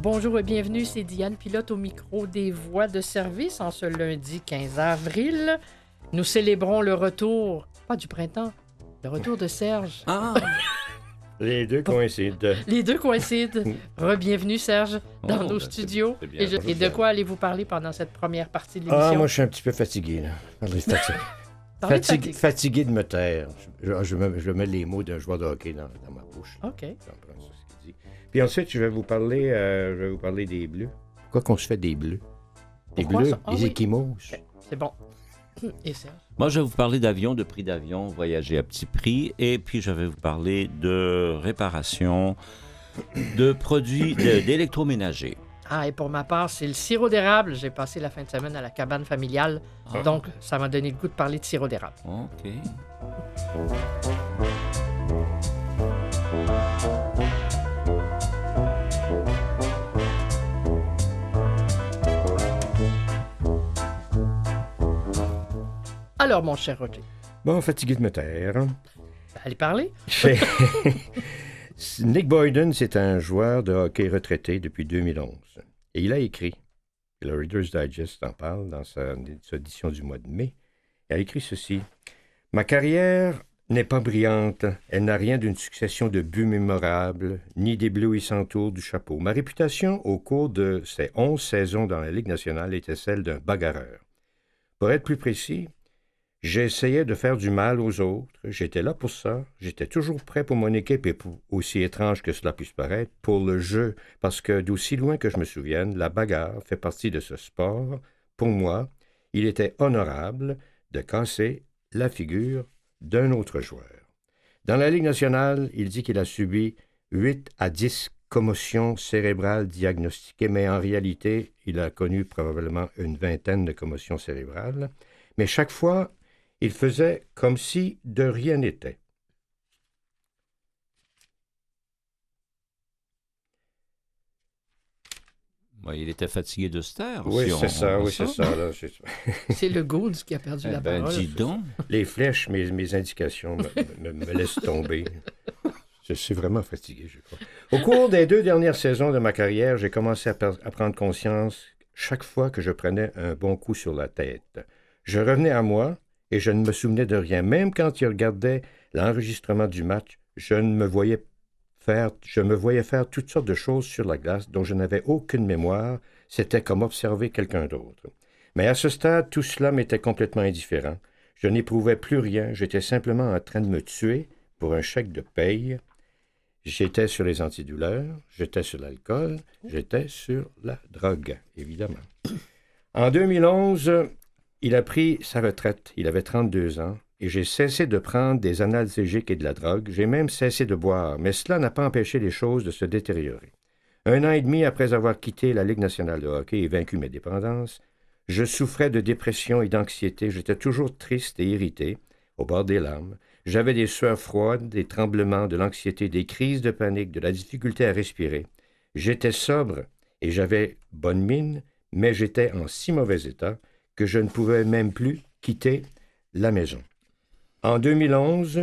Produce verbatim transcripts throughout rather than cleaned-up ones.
bonjour et bienvenue, c'est Diane, pilote au micro des voix de service en ce lundi quinze avril. Nous célébrons le retour, pas du printemps, le retour de Serge. Ah! Les deux coïncident. Les deux coïncident. Re-bienvenue, Serge, dans Oh, nos ben, studios. c'est- c'est bien. Et, je- et de quoi allez-vous parler pendant cette première partie de Ah, l'émission? moi, je suis un petit peu fatigué, là. Parlez de fatigue. Parlez de Fatigue- fatigue. Fatigué de me taire. Je, je, me, je mets les mots d'un joueur de hockey dans, dans ma bouche. OK. J'en prends ça, ce qu'il dit. Puis ensuite, je vais vous parler, euh, je vais vous parler des Bleus. Pourquoi qu'on se fait des Bleus? Des Pourquoi Bleus, ça? Ah les oui. Échymoses. OK, c'est bon. Et Serge? Moi, je vais vous parler d'avion, de prix d'avion, voyager à petit prix, et puis je vais vous parler de réparation de produits de- d'électroménager. Ah, et pour ma part, c'est le sirop d'érable. J'ai passé la fin de semaine à la cabane familiale, Ah. donc ça m'a donné le goût de parler de sirop d'érable. OK. Alors, mon cher Roger, Bon, fatigué de me taire. allez parler? C'est- Nick Boyden, c'est un joueur de hockey retraité depuis deux mille onze. Et il a écrit, et le Reader's Digest en parle dans sa, sa édition du mois de mai, il a écrit ceci. « Ma carrière n'est pas brillante, elle n'a rien d'une succession de buts mémorables, ni d'éblouissants tours du chapeau. Ma réputation au cours de ces onze saisons dans la Ligue nationale était celle d'un bagarreur. Pour être plus précis, j'essayais de faire du mal aux autres, j'étais là pour ça, j'étais toujours prêt pour mon équipe et pour, aussi étrange que cela puisse paraître, pour le jeu, parce que d'aussi loin que je me souvienne, la bagarre fait partie de ce sport. Pour moi, il était honorable de casser la figure d'un autre joueur. Dans la Ligue nationale, il dit qu'il a subi huit à dix commotions cérébrales diagnostiquées, mais en réalité, il a connu probablement une vingtaine de commotions cérébrales. Mais chaque fois, il faisait comme si de rien n'était. Bon, il était fatigué de se taire. Oui, si c'est on- ça, on- oui, c'est ça. Là, c'est- C'est le Gould qui a perdu Eh la ben, parole. dis donc. Les flèches, mes, mes indications me, me- me laissent tomber. Je suis vraiment fatigué, je crois. Au cours des deux dernières saisons de ma carrière, j'ai commencé à, per- à prendre conscience chaque fois que je prenais un bon coup sur la tête. Je revenais à moi et je ne me souvenais de rien. Même quand il regardait l'enregistrement du match, je ne me voyais faire, je me voyais faire toutes sortes de choses sur la glace dont je n'avais aucune mémoire. C'était comme observer quelqu'un d'autre. Mais à ce stade, tout cela m'était complètement indifférent. Je n'éprouvais plus rien. J'étais simplement en train de me tuer pour un chèque de paye. J'étais sur les antidouleurs, j'étais sur l'alcool, j'étais sur la drogue, évidemment. En deux mille onze, il a pris sa retraite. Il avait trente-deux ans et j'ai cessé de prendre des analgésiques et de la drogue. J'ai même cessé de boire, mais cela n'a pas empêché les choses de se détériorer. Un an et demi après avoir quitté la Ligue nationale de hockey et vaincu mes dépendances, je souffrais de dépression et d'anxiété. J'étais toujours triste et irrité, au bord des larmes. J'avais des sueurs froides, des tremblements, de l'anxiété, des crises de panique, de la difficulté à respirer. J'étais sobre et j'avais bonne mine, mais j'étais en si mauvais état que je ne pouvais même plus quitter la maison. En deux mille onze,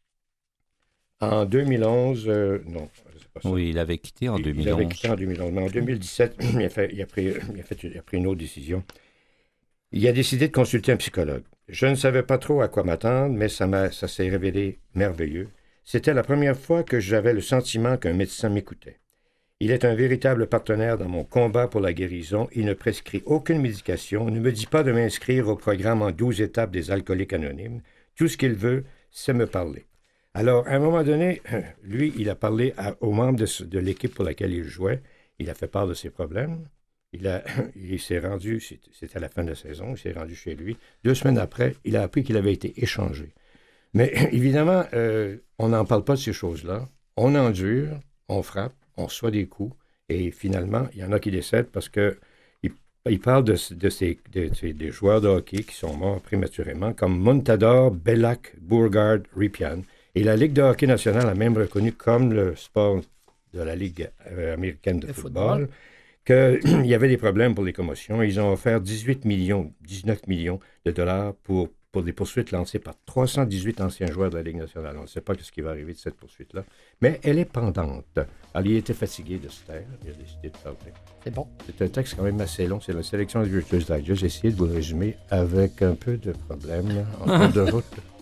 en deux mille onze, euh, non, c'est pas ça. Oui, il avait quitté en Il- deux mille Il avait onze. quitté en deux mille onze, mais en deux mille dix-sept, il a, fait, il, a pris, il, a fait, il a pris une autre décision. Il a décidé de consulter un psychologue. Je ne savais pas trop à quoi m'attendre, mais ça, m'a, ça s'est révélé merveilleux. C'était la première fois que j'avais le sentiment qu'un médecin m'écoutait. Il est un véritable partenaire dans mon combat pour la guérison. Il ne prescrit aucune médication, ne me dit pas de m'inscrire au programme en douze étapes des alcooliques anonymes. Tout ce qu'il veut, c'est me parler. Alors, à un moment donné, lui, il a parlé à, aux membres de, de l'équipe pour laquelle il jouait. Il a fait part de ses problèmes. Il, a, il s'est rendu, c'était à la fin de la saison, il s'est rendu chez lui. Deux semaines après, il a appris qu'il avait été échangé. Mais évidemment, euh, on n'en parle pas de ces choses-là. On endure, on frappe, on reçoit des coups, et finalement, il y en a qui décèdent parce que il, il parle de, de ces de, de, des joueurs de hockey qui sont morts prématurément, comme Montador, Bellac, Bourgard, Ripien. Et la Ligue de hockey nationale a même reconnu comme le sport de la Ligue euh, américaine de Le football, football. qu'il y avait des problèmes pour les commotions. Ils ont offert dix-huit millions, dix-neuf millions de dollars pour pour des poursuites lancées par trois cent dix-huit anciens joueurs de la Ligue nationale. On ne sait pas ce qui va arriver de cette poursuite-là, mais elle est pendante. Alors, il était fatigué de se taire, il a décidé de parler. C'est bon. C'est un texte quand même assez long, c'est la sélection du Virtuous Digest. J'ai essayé de vous le résumer avec un peu de problème là, en cours de route.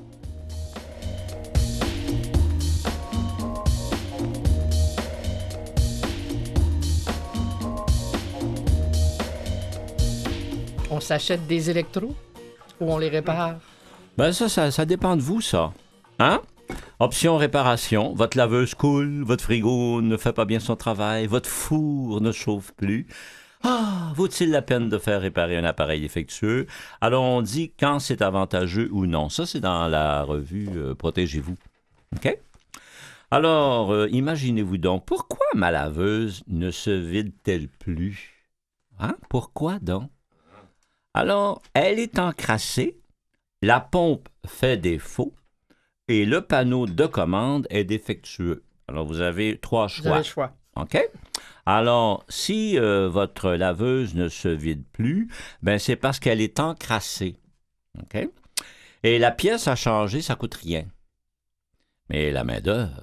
On s'achète des électros ou on les répare? Ben ça, ça, ça dépend de vous, ça. Hein? Option réparation. Votre laveuse coule, votre frigo ne fait pas bien son travail, votre four ne chauffe plus. Ah, vaut-il la peine de faire réparer un appareil défectueux? Alors, on dit quand c'est avantageux ou non. Ça, c'est dans la revue euh, Protégez-vous. OK? Alors, euh, imaginez-vous donc, pourquoi ma laveuse ne se vide-t-elle plus? Hein? Pourquoi donc? Alors, elle est encrassée, la pompe fait défaut et le panneau de commande est défectueux. Alors, vous avez trois choix. Vous avez le choix. OK? Alors, si euh, votre laveuse ne se vide plus, ben c'est parce qu'elle est encrassée. OK? Et la pièce à changer, ça coûte rien. Mais la main-d'œuvre,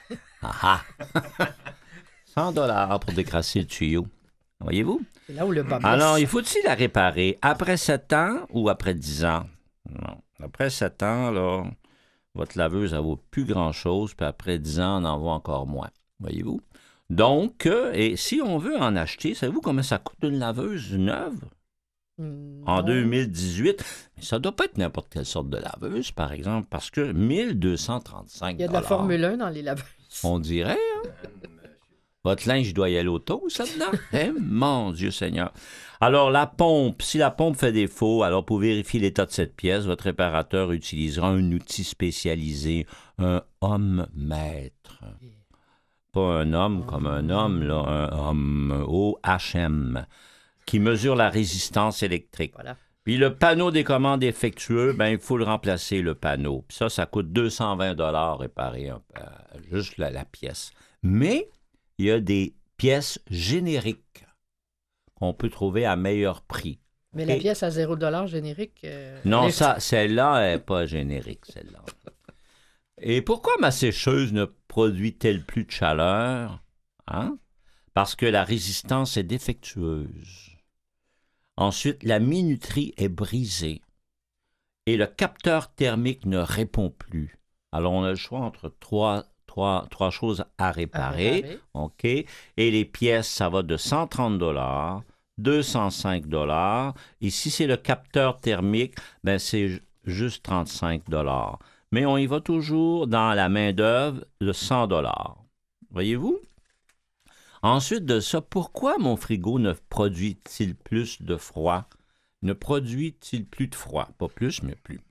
ah ah! cent dollars pour décrasser le tuyau. Voyez-vous? C'est là où le bas blesse. Alors, il faut-il la réparer après sept ans ou après dix ans? Non. Après sept ans, là, votre laveuse, elle vaut plus grand-chose, puis après dix ans, on en vaut encore moins. Voyez-vous? Donc, euh, et si on veut en acheter, savez-vous combien ça coûte une laveuse neuve? Hmm, En non. deux mille dix-huit, mais ça ne doit pas être n'importe quelle sorte de laveuse, par exemple, parce que mille deux cent trente-cinq Il y a de la Formule un dans les laveuses. On dirait, hein? Votre linge doit y aller au taux, ça, dedans? Eh, mon Dieu Seigneur! Alors, la pompe, si la pompe fait défaut, alors pour vérifier l'état de cette pièce, votre réparateur utilisera un outil spécialisé, un homme-mètre. Pas un homme comme un homme, là, un homme, O H M, qui mesure la résistance électrique. Voilà. Puis le panneau des commandes défectueux, ben il faut le remplacer, le panneau. Puis ça, ça coûte deux cent vingt dollars réparer un, euh, juste la, la pièce. Mais il y a des pièces génériques qu'on peut trouver à meilleur prix. Mais OK? la pièce à zéro dollar générique... euh, Non, elle est- ça, celle-là n'est pas générique, celle-là. Et pourquoi ma sécheuse ne produit-elle plus de chaleur? Hein? Parce que la résistance est défectueuse. Ensuite, la minuterie est brisée et le capteur thermique ne répond plus. Alors, on a le choix entre trois, trois, trois choses à réparer. À réparer. OK? Et les pièces, ça va de cent trente dollars, deux cent cinq dollars. Et si c'est le capteur thermique, ben c'est ju- juste trente-cinq dollars. Mais on y va toujours dans la main-d'œuvre de cent dollars. Voyez-vous? Ensuite de ça, pourquoi mon frigo ne produit-il plus de froid? Ne produit-il plus de froid? Pas plus, mais plus.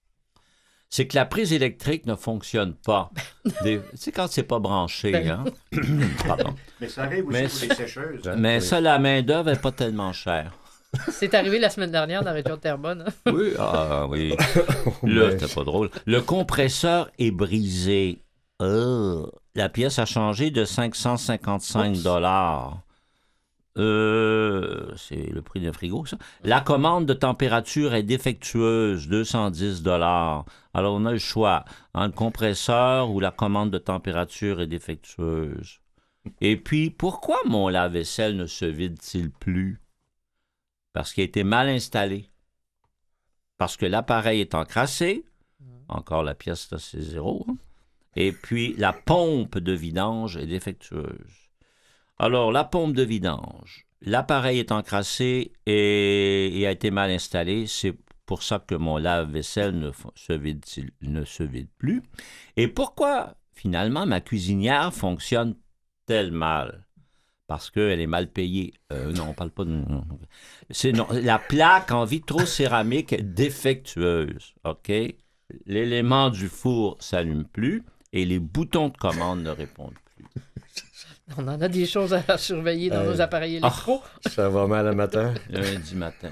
C'est que la prise électrique ne fonctionne pas. Des- Tu sais, quand c'est pas branché, hein? Pardon. Mais ça arrive aussi Mais pour ça- les sécheuses. hein. Mais Oui. ça, la main-d'œuvre n'est pas tellement chère. C'est arrivé la semaine dernière dans la région de Terrebonne. hein. Oui, ah oui. Là, Mais- c'était pas drôle. Le compresseur est brisé. Euh, la pièce a changé de cinq cent cinquante-cinq dollars. Euh, c'est le prix d'un frigo, ça. La commande de température est défectueuse, deux cent dix dollars. Alors, on a le choix entre le compresseur ou la commande de température est défectueuse. Et puis, pourquoi mon lave-vaisselle ne se vide-t-il plus? Parce qu'il a été mal installé. Parce que l'appareil est encrassé. Encore la pièce, là, c'est zéro. hein. Et puis, la pompe de vidange est défectueuse. Alors, la pompe de vidange, l'appareil est encrassé et, et a été mal installé. C'est pour ça que mon lave-vaisselle ne fo- se vide, ne se vide plus. Et pourquoi, finalement, ma cuisinière fonctionne-t-elle mal? Parce qu'elle est mal payée. Euh, non, on parle pas de... non. C'est, non, la plaque en vitrocéramique est défectueuse. OK? L'élément du four s'allume plus et les boutons de commande ne répondent plus. On en a des choses à surveiller dans Euh, nos appareils électro. Ça va mal le matin. Lundi matin.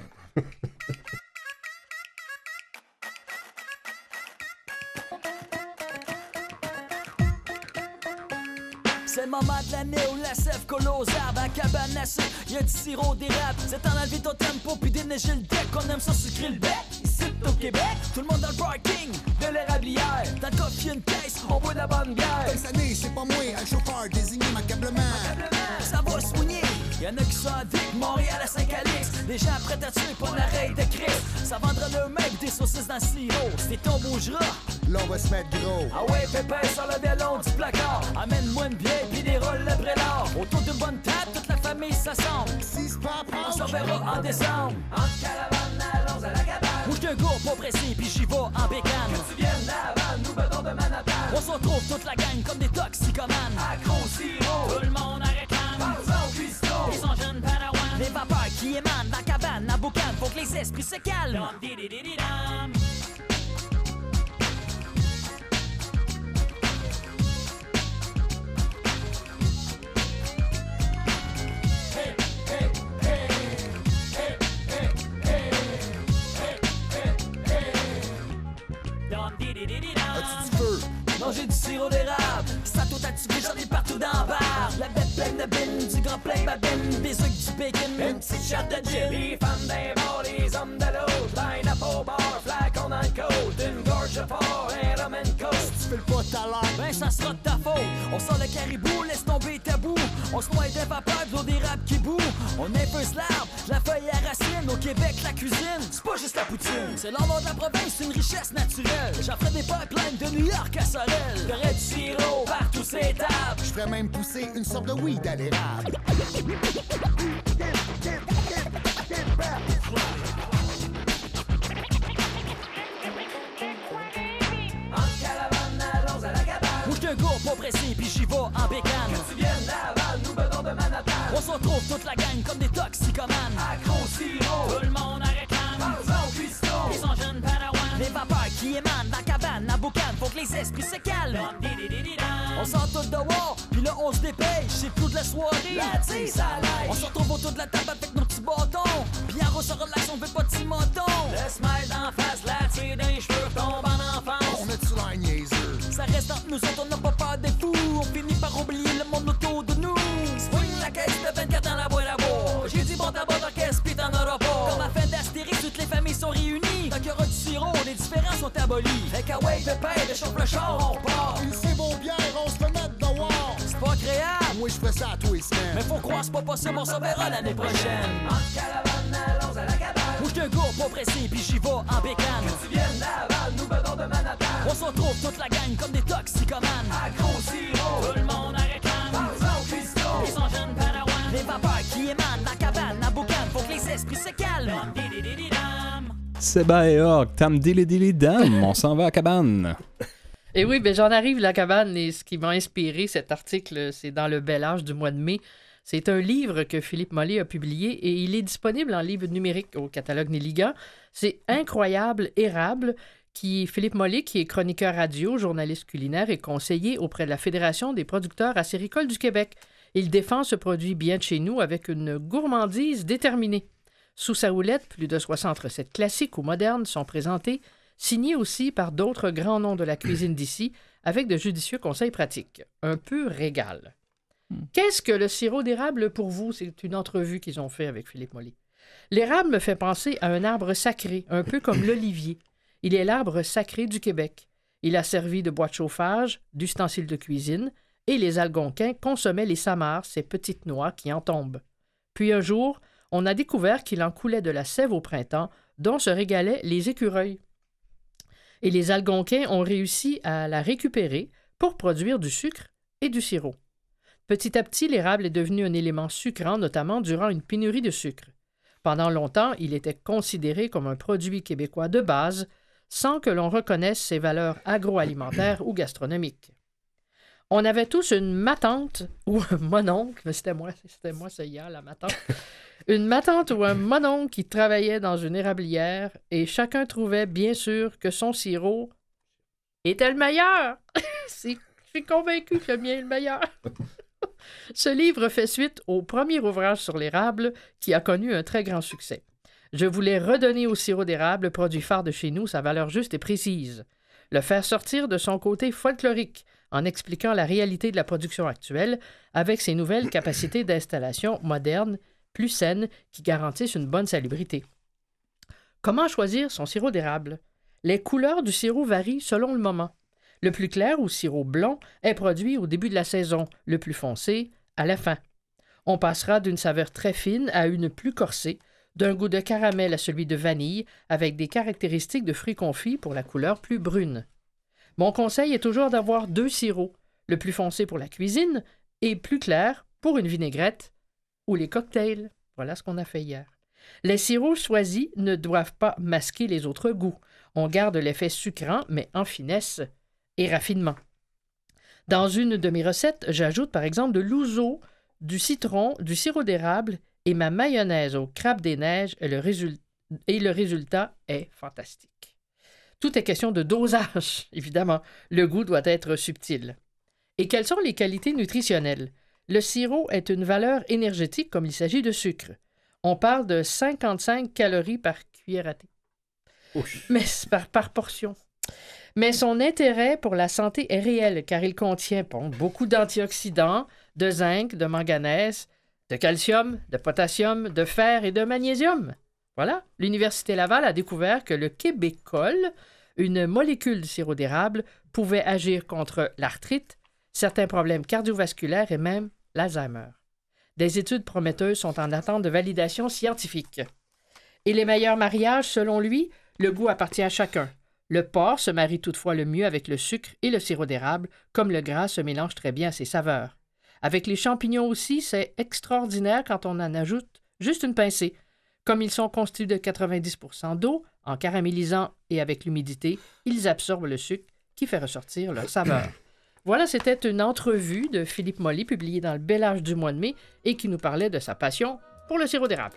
C'est moment de l'année où la sève colle aux arbres. À cabane à sucre, y'a du sirop d'érable. C'est temps d'enlever ton tempo puis déneiger le deck. On aime ça sucrer le bec, ici au Québec. Tout le monde dans le parking de l'érablière. Dans le coffre y'a une caisse, on boit de la bonne bière. Cette année, c'est pas moi, un chauffeur désigné immaccablement. Ça va soigner. Y'en a qui sont avec Montréal à Saint-Calix. Des gens prêts à tuer pour l'arrêt de Christ. Ça vendra le même des saucisses dans le sirop. Si ton bougera, là on va se mettre gros. Ah ouais, pépé sur le vélon du placard. Amène-moi une bière pis des rôles le brélard. Autour d'une bonne table, toute la famille s'assemble. Si c'est pas On s'en verra en décembre. En caravane, allons à la cabane. Bouge de goût pas pressé pis j'y vais en bécane. Que tu viennes d'Havane, nous venons de Manhattan. On se retrouve toute la gang comme des toxicomanes. Accro sirop, tout le monde en réclame. Parle-en au cuistot. Ils sont jeunes padawan. Les vapeurs qui émanent dans la cabane, à boucan. Faut que les esprits se calment. Dum, di, di, di, di, dum. As-tu du feu? Manger du sirop d'érable, ça tout a tué, j'en ai partout dans la barre. La bête pleine de bine, du grand plein babine, des œufs, du bacon, une petite chatte de gin. Les femmes d'un bord, les hommes de l'autre, line up au bar, flacon dans le côte, une gorge de fort, un rum and coke. Si tu fais le pas tout à l'heure, Ben ça sera de ta faute. On sort le caribou, laisse tomber tabou. On se noie des vapeurs, de l'eau d'érable qui bout. On infuse l'arbre, la feuille à racine. Au Québec, la cuisine, c'est pas juste la poutine. C'est l'ordre de la province, c'est une richesse naturelle. J'en ferai des pipelines de New York à Sorel. Y'aurait du sirop partout ces tables. je ferais même pousser une sorte de weed à l'érable. Bouge de goût pas pressé pis j'y vais en bécane. Que tu viennes d'Havane, nous venons de Manhattan. On se retrouve toute la gang comme des toxicomanes. Accro sirop, tout le monde en réclame. Parle-en au cuistot. Ils sont jeunes padawan. Les vapeurs qui émanent dans la cabane, à boucan. Faut que les esprits se calment. On sort tout dehors, pis là on se dépêche. C'est le coup de la soirée. La tisse à l'ail. On se retrouve autour de la table avec nos petits bâtons. Pis en rose, relax, on veut pas de petits montons. Le smile d'en face, la tire d'un cheveux, tombe en enfance. On a-tu l'air niaiseux? Ça reste entre nous autres, on n'a pas peur des fous. On finit par oublier le monde autour de nous. Swing la caisse de vingt-quatre dans la boîte à bois. J'ai dit bon tabac d'orchestre pis t'en auras pas. Comme à fin d'Astérix, toutes les familles sont réunies. Tant qu'il y aura du sirop, les différences sont abolies. Fait qu'à wave de paix, de chauffe le char, on repart. Une c'est bon bière, on se fait mettre dehors. C'est pas créable, Moi je ferais ça à tous les semaines. mais faut croire c'est pas possible, on s'en verra l'année prochaine. En caravane, allons à la cabane. Bouge de goût pas pressé pis j'y vais en bécane. Que tu viennes d'Havane, nous venons de Manhattan. On se retrouve toute la gang comme des toxicomanes. Accro sirop, tout le monde en réclame. Parle-en au cuistot. Ils sont jeunes padawan. Les vapeurs qui émanent dans la cabane, à boucan. Faut que les esprits se calment. Seba et Orc, tam dili dili dam, on s'en va à cabane. Et oui, ben j'en arrive, la cabane, et ce qui m'a inspiré cet article, c'est dans le Bel Âge du mois de mai. C'est un livre que Philippe Mollet a publié et il est disponible en livre numérique au catalogue Néligan. C'est Incroyable Érable, qui Philippe Mollet, qui est chroniqueur radio, journaliste culinaire et conseiller auprès de la Fédération des producteurs acéricoles du Québec. Il défend ce produit bien de chez nous avec une gourmandise déterminée. Sous sa houlette, plus de soixante recettes classiques ou modernes sont présentées, signées aussi par d'autres grands noms de la cuisine d'ici, avec de judicieux conseils pratiques. Un peu régal. Qu'est-ce que le sirop d'érable pour vous? C'est une entrevue qu'ils ont fait avec Philippe Mollet. L'érable me fait penser à un arbre sacré, un peu comme l'olivier. Il est l'arbre sacré du Québec. Il a servi de bois de chauffage, d'ustensiles de cuisine, et les Algonquins consommaient les samars, ces petites noix qui en tombent. Puis un jour, on a découvert qu'il en coulait de la sève au printemps, dont se régalaient les écureuils. Et les Algonquins ont réussi à la récupérer pour produire du sucre et du sirop. Petit à petit, l'érable est devenu un élément sucrant, notamment durant une pénurie de sucre. Pendant longtemps, il était considéré comme un produit québécois de base, sans que l'on reconnaisse ses valeurs agroalimentaires ou gastronomiques. On avait tous une matante ou un mononcle, mais c'était moi, c'était moi, c'est hier, la matante. Une matante ou un mononcle qui travaillait dans une érablière et chacun trouvait bien sûr que son sirop était le meilleur. Je suis convaincu que le mien est le meilleur. Ce livre fait suite au premier ouvrage sur l'érable qui a connu un très grand succès. Je voulais redonner au sirop d'érable, produit phare de chez nous, sa valeur juste et précise. Le faire sortir de son côté folklorique, en expliquant la réalité de la production actuelle avec ses nouvelles capacités d'installation modernes, plus saines, qui garantissent une bonne salubrité. Comment choisir son sirop d'érable? Les couleurs du sirop varient selon le moment. Le plus clair ou sirop blond est produit au début de la saison, le plus foncé à la fin. On passera d'une saveur très fine à une plus corsée, d'un goût de caramel à celui de vanille, avec des caractéristiques de fruits confits pour la couleur plus brune. Mon conseil est toujours d'avoir deux sirops, le plus foncé pour la cuisine et plus clair pour une vinaigrette ou les cocktails. Voilà ce qu'on a fait hier. Les sirops choisis ne doivent pas masquer les autres goûts. On garde l'effet sucrant, mais en finesse et raffinement. Dans une de mes recettes, j'ajoute par exemple de l'ouzo, du citron, du sirop d'érable et ma mayonnaise au crabe des neiges et le, résul... et le résultat est fantastique. Tout est question de dosage, évidemment. Le goût doit être subtil. Et quelles sont les qualités nutritionnelles? Le sirop est une valeur énergétique comme il s'agit de sucre. On parle de cinquante-cinq calories par cuillère à thé. Ouch. Mais par, par portion. Mais son intérêt pour la santé est réel car il contient bon, beaucoup d'antioxydants, de zinc, de manganèse, de calcium, de potassium, de fer et de magnésium. Voilà, l'Université Laval a découvert que le québécol, une molécule de sirop d'érable, pouvait agir contre l'arthrite, certains problèmes cardiovasculaires et même l'Alzheimer. Des études prometteuses sont en attente de validation scientifique. Et les meilleurs mariages, selon lui, le goût appartient à chacun. Le porc se marie toutefois le mieux avec le sucre et le sirop d'érable, comme le gras se mélange très bien à ses saveurs. Avec les champignons aussi, c'est extraordinaire quand on en ajoute juste une pincée. Comme ils sont constitués de quatre-vingt-dix pour cent d'eau, en caramélisant et avec l'humidité, ils absorbent le sucre qui fait ressortir leur saveur. Voilà, c'était une entrevue de Philippe Molly publiée dans le Bel Âge du mois de mai et qui nous parlait de sa passion pour le sirop d'érable.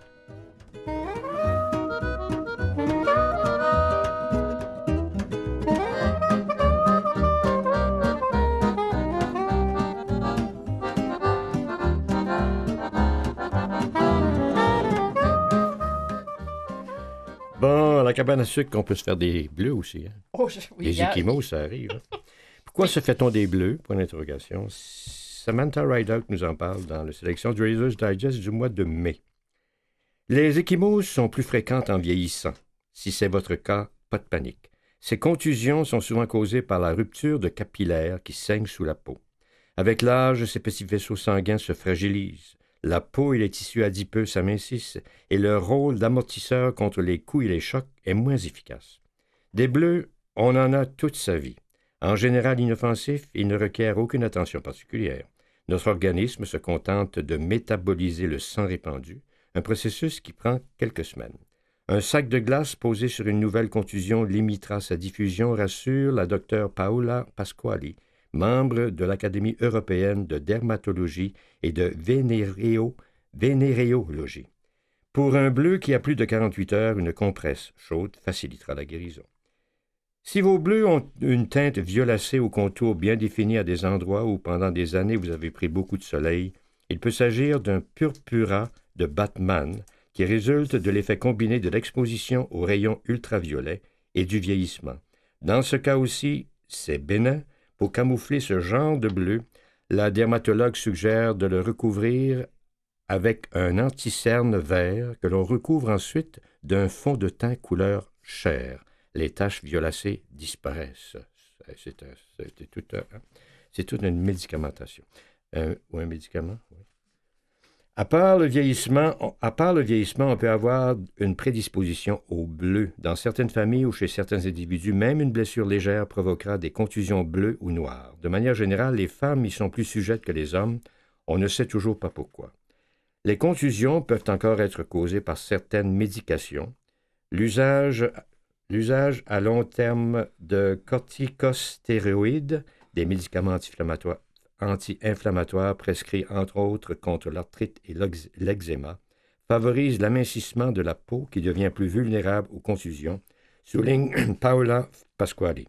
Bon, à la cabane à sucre, on peut se faire des bleus aussi. Hein? Oh, je... oui, les a... équimaux, ça arrive. Hein? Pourquoi se fait-on des bleus? Point d'interrogation. Samantha Rideout nous en parle dans la sélection du Reader's Digest du mois de mai. Les échymoses sont plus fréquentes en vieillissant. Si c'est votre cas, pas de panique. Ces contusions sont souvent causées par la rupture de capillaires qui saignent sous la peau. Avec l'âge, ces petits vaisseaux sanguins se fragilisent. La peau et les tissus adipeux s'amincissent et leur rôle d'amortisseur contre les coups et les chocs est moins efficace. Des bleus, on en a toute sa vie. En général inoffensifs, ils ne requièrent aucune attention particulière. Notre organisme se contente de métaboliser le sang répandu, un processus qui prend quelques semaines. Un sac de glace posé sur une nouvelle contusion limitera sa diffusion, rassure la docteure Paola Pasquali, membre de l'Académie européenne de dermatologie et de vénéréo, vénéréologie. Pour un bleu qui a plus de quarante-huit heures, une compresse chaude facilitera la guérison. Si vos bleus ont une teinte violacée aux contours bien définis à des endroits où pendant des années vous avez pris beaucoup de soleil, il peut s'agir d'un purpura de Batman qui résulte de l'effet combiné de l'exposition aux rayons ultraviolets et du vieillissement. Dans ce cas aussi, c'est bénin. Pour camoufler ce genre de bleu, la dermatologue suggère de le recouvrir avec un anticerne vert que l'on recouvre ensuite d'un fond de teint couleur chair. Les taches violacées disparaissent. C'est, un, c'est, tout, un, c'est toute une médicamentation. Un, ou un médicament, oui. À part, le vieillissement, on, à part le vieillissement, on peut avoir une prédisposition au bleu. Dans certaines familles ou chez certains individus, même une blessure légère provoquera des contusions bleues ou noires. De manière générale, les femmes y sont plus sujettes que les hommes. On ne sait toujours pas pourquoi. Les contusions peuvent encore être causées par certaines médications. L'usage... L'usage à long terme de corticostéroïdes, des médicaments anti-inflammatoires, anti-inflammatoires prescrits entre autres contre l'arthrite et l'eczéma, favorise l'amincissement de la peau qui devient plus vulnérable aux contusions, souligne Paola Pasquali.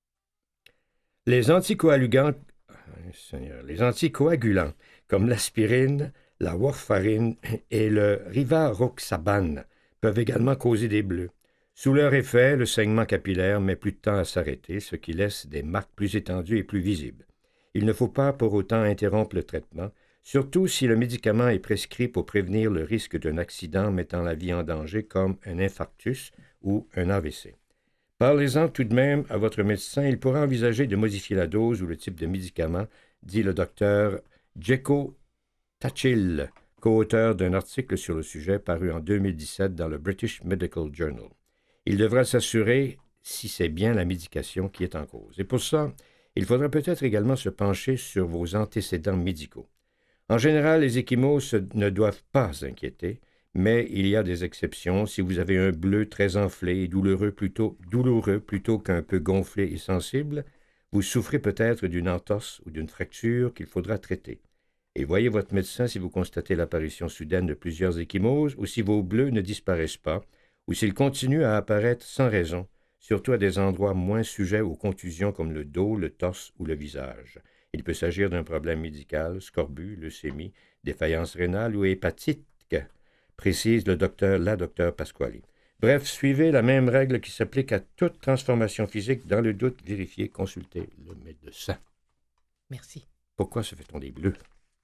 Les anticoagulants, les anticoagulants comme l'aspirine, la warfarine et le rivaroxaban peuvent également causer des bleus. Sous leur effet, le saignement capillaire met plus de temps à s'arrêter, ce qui laisse des marques plus étendues et plus visibles. Il ne faut pas pour autant interrompre le traitement, surtout si le médicament est prescrit pour prévenir le risque d'un accident mettant la vie en danger comme un infarctus ou un A V C. Parlez-en tout de même à votre médecin. Il pourra envisager de modifier la dose ou le type de médicament, dit le docteur Jeko Tachil, co-auteur d'un article sur le sujet paru en deux mille dix-sept dans le British Medical Journal. Il devra s'assurer si c'est bien la médication qui est en cause. Et pour ça, il faudra peut-être également se pencher sur vos antécédents médicaux. En général, les échymoses ne doivent pas inquiéter, mais il y a des exceptions. Si vous avez un bleu très enflé et douloureux plutôt, douloureux plutôt qu'un peu gonflé et sensible, vous souffrez peut-être d'une entorse ou d'une fracture qu'il faudra traiter. Et voyez votre médecin si vous constatez l'apparition soudaine de plusieurs échymoses ou si vos bleus ne disparaissent pas ou s'ils continuent à apparaître sans raison, surtout à des endroits moins sujets aux contusions comme le dos, le torse ou le visage. Il peut s'agir d'un problème médical, scorbut, leucémie, défaillance rénale ou hépatique, précise le docteur, la docteur Pasquali. Bref, suivez la même règle qui s'applique à toute transformation physique. Dans le doute, vérifiez, consultez le médecin. Merci. Pourquoi se fait-on des bleus?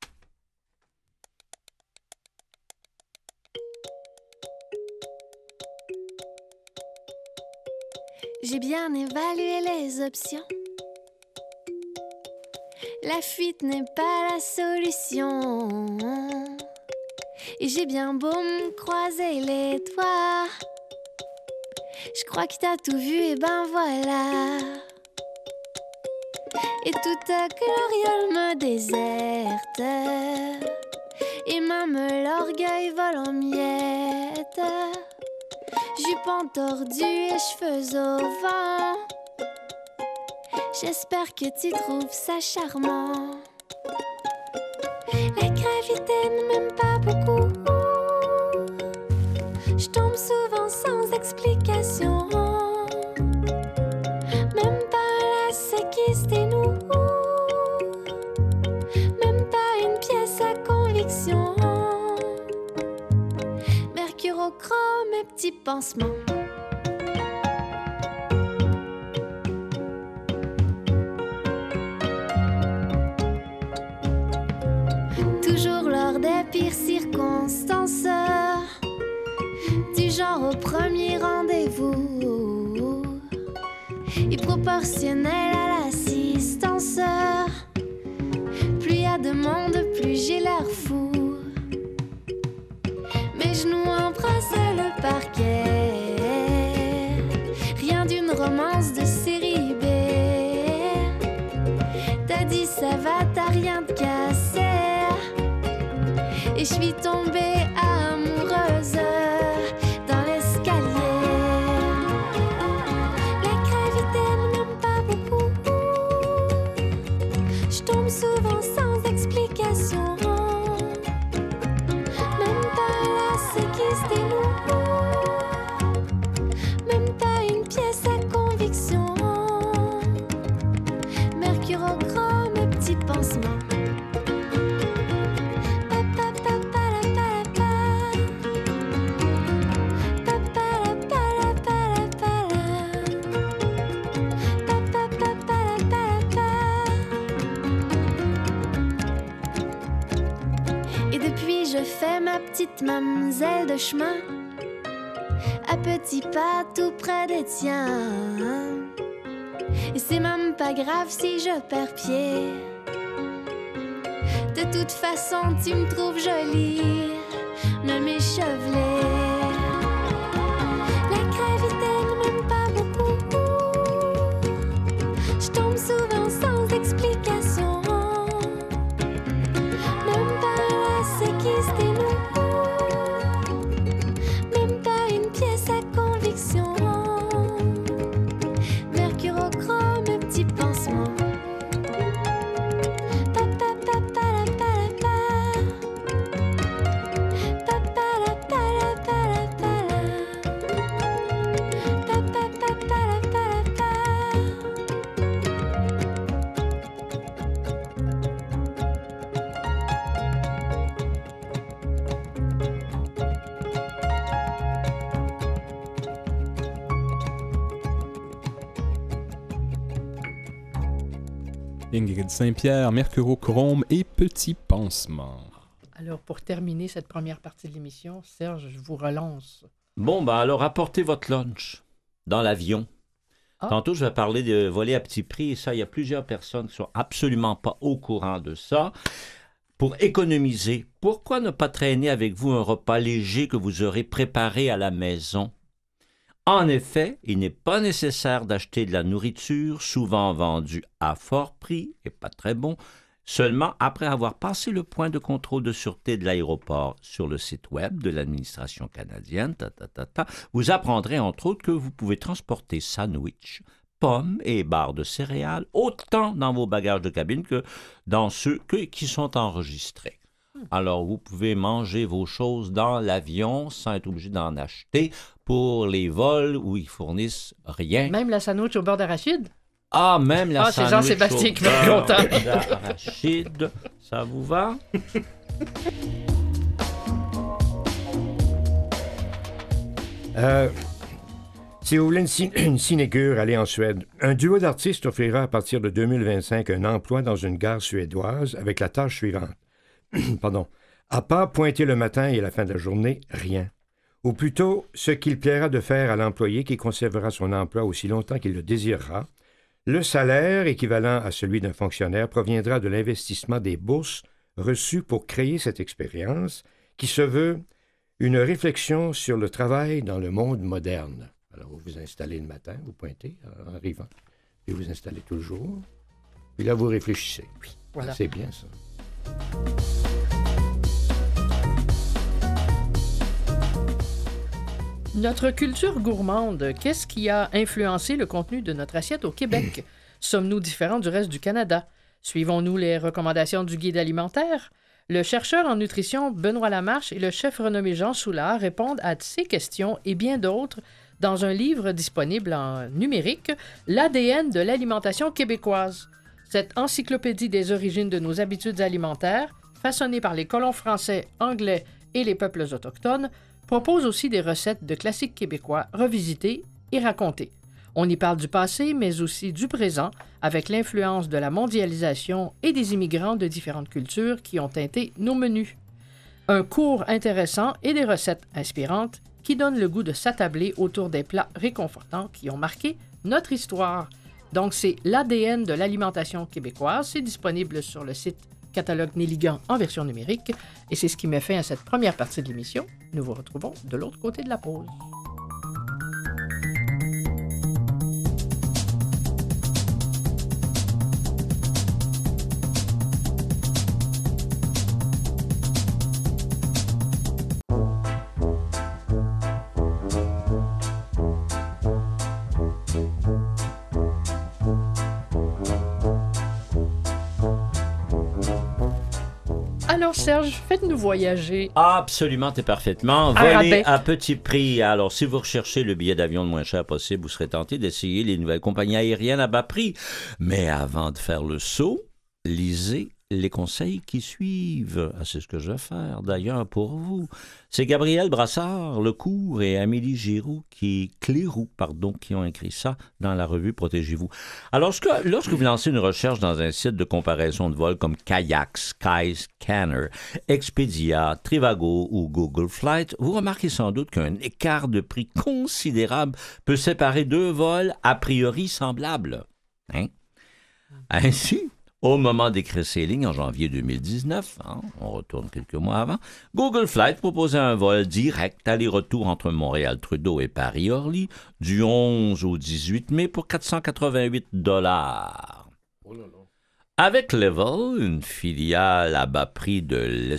J'ai bien évalué les options. La fuite n'est pas la solution. Et j'ai bien beau me croiser les doigts. Je crois que t'as tout vu et ben voilà. Et toute ta gloriole me déserte. Et même l'orgueil vole en miettes. Jupon tordu et cheveux au vent. J'espère que tu trouves ça charmant. La gravité ne m'aime pas beaucoup. Je tombe souvent sans explication. Même pas la séquisse des nous. Même pas une pièce à conviction. Mercurochrome, mes petits pansements. Toujours lors des pires circonstances, du genre au premier rendez-vous, et proportionnel à l'assistance. Plus y a de monde, plus j'ai l'air fou. Mes genoux embrassent le parquet. Rien d'une romance de série B. T'as dit ça va, t'as rien de cassé. Et je suis tombée amoureuse dans l'escalier. La gravité ne m'aime pas beaucoup. Je tombe souvent sans explication. Même pas la séquisse des loups. Même pas une pièce à conviction. Mercurochrome, mes petits pansements. Je fais ma petite mamzelle de chemin, à petits pas tout près des tiens. Et c'est même pas grave si je perds pied. De toute façon, tu me trouves jolie, même échevelée. La gravité ne m'aime pas beaucoup. Je tombe souvent sans explication. Des loups. Même pas une pièce à conviction. Mercurochrome, mes petits pansements. Papa, papa, la, pa, la, pa. Papa, la, pa, la, Ingrid Saint-Pierre, Mercurochrome et Petit Pansement. Alors, pour terminer cette première partie de l'émission, Serge, je vous relance. Bon, ben alors, apportez votre lunch dans l'avion. Ah. Tantôt, je vais parler de voler à petit prix. Et ça, il y a plusieurs personnes qui sont absolument pas au courant de ça. Pour économiser, pourquoi ne pas traîner avec vous un repas léger que vous aurez préparé à la maison? En effet, il n'est pas nécessaire d'acheter de la nourriture, souvent vendue à fort prix et pas très bon, seulement après avoir passé le point de contrôle de sûreté de l'aéroport sur le site web de l'administration canadienne. Ta, ta, ta, ta, vous apprendrez entre autres que vous pouvez transporter sandwichs, pommes et barres de céréales autant dans vos bagages de cabine que dans ceux que, qui sont enregistrés. Alors, vous pouvez manger vos choses dans l'avion sans être obligé d'en acheter pour les vols où ils fournissent rien. Même la sandwich au beurre d'arachide? Ah, même la Ah, c'est sandwich Jean-Sébastien au qui va être beurre content. d'arachide, ça vous va? Euh, si vous voulez une, cin- une sinécure, allez en Suède. Un duo d'artistes offrira à partir de deux mille vingt-cinq un emploi dans une gare suédoise avec la tâche suivante. Pardon. À part pointer le matin et la fin de la journée, rien. Ou plutôt, ce qu'il plaira de faire à l'employé qui conservera son emploi aussi longtemps qu'il le désirera. Le salaire, équivalent à celui d'un fonctionnaire, proviendra de l'investissement des bourses reçues pour créer cette expérience qui se veut une réflexion sur le travail dans le monde moderne. Alors, vous vous installez le matin, vous pointez en arrivant, puis vous installez tout le jour, puis là, vous réfléchissez. Voilà. C'est bien, ça. Notre culture gourmande, qu'est-ce qui a influencé le contenu de notre assiette au Québec? Sommes-nous différents du reste du Canada? Suivons-nous les recommandations du guide alimentaire? Le chercheur en nutrition Benoît Lamarche et le chef renommé Jean Soulard répondent à ces questions et bien d'autres dans un livre disponible en numérique, L'A D N de l'alimentation québécoise. Cette encyclopédie des origines de nos habitudes alimentaires, façonnée par les colons français, anglais et les peuples autochtones, propose aussi des recettes de classiques québécois revisités et racontées. On y parle du passé, mais aussi du présent, avec l'influence de la mondialisation et des immigrants de différentes cultures qui ont teinté nos menus. Un cours intéressant et des recettes inspirantes qui donnent le goût de s'attabler autour des plats réconfortants qui ont marqué notre histoire. Donc, c'est l'A D N de l'alimentation québécoise. C'est disponible sur le site Catalogue Néligan en version numérique. Et c'est ce qui met fin à cette première partie de l'émission. Nous vous retrouvons de l'autre côté de la pause. Alors, Serge, faites-nous voyager. Absolument et parfaitement. À Voler rabais. à petit prix. Alors, si vous recherchez le billet d'avion le moins cher possible, vous serez tenté d'essayer les nouvelles compagnies aériennes à bas prix. Mais avant de faire le saut, lisez les conseils qui suivent. Ah, c'est ce que je vais faire, d'ailleurs, pour vous. C'est Gabriel Brassard, Lecourt et Amélie Giroux qui, Cléroux, pardon, qui ont écrit ça dans la revue Protégez-vous. Alors, lorsque, lorsque vous lancez une recherche dans un site de comparaison de vol comme Kayak, Skyscanner, Expedia, Trivago ou Google Flight, vous remarquez sans doute qu'un écart de prix considérable peut séparer deux vols a priori semblables. Hein? Ainsi, au moment d'écrire ces lignes en janvier deux mille dix-neuf, hein, on retourne quelques mois avant, Google Flight proposait un vol direct aller-retour entre Montréal-Trudeau et Paris-Orly du onze au dix-huit mai pour quatre cent quatre-vingt-huit dollars. Oh là là. Avec Level, une filiale à bas prix de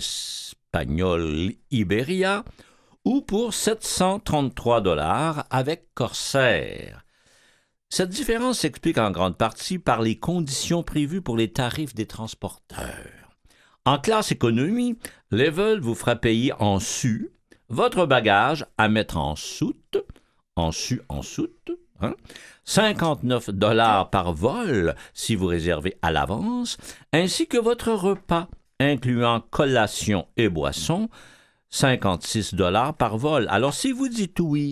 l'espagnol Iberia, ou pour sept cent trente-trois dollars avec Corsair. Cette différence s'explique en grande partie par les conditions prévues pour les tarifs des transporteurs. En classe économie, Level vous fera payer en su votre bagage à mettre en soute, en su en soute, hein, cinquante-neuf dollars par vol si vous réservez à l'avance, ainsi que votre repas, incluant collation et boisson, cinquante-six dollars par vol. Alors si vous dites oui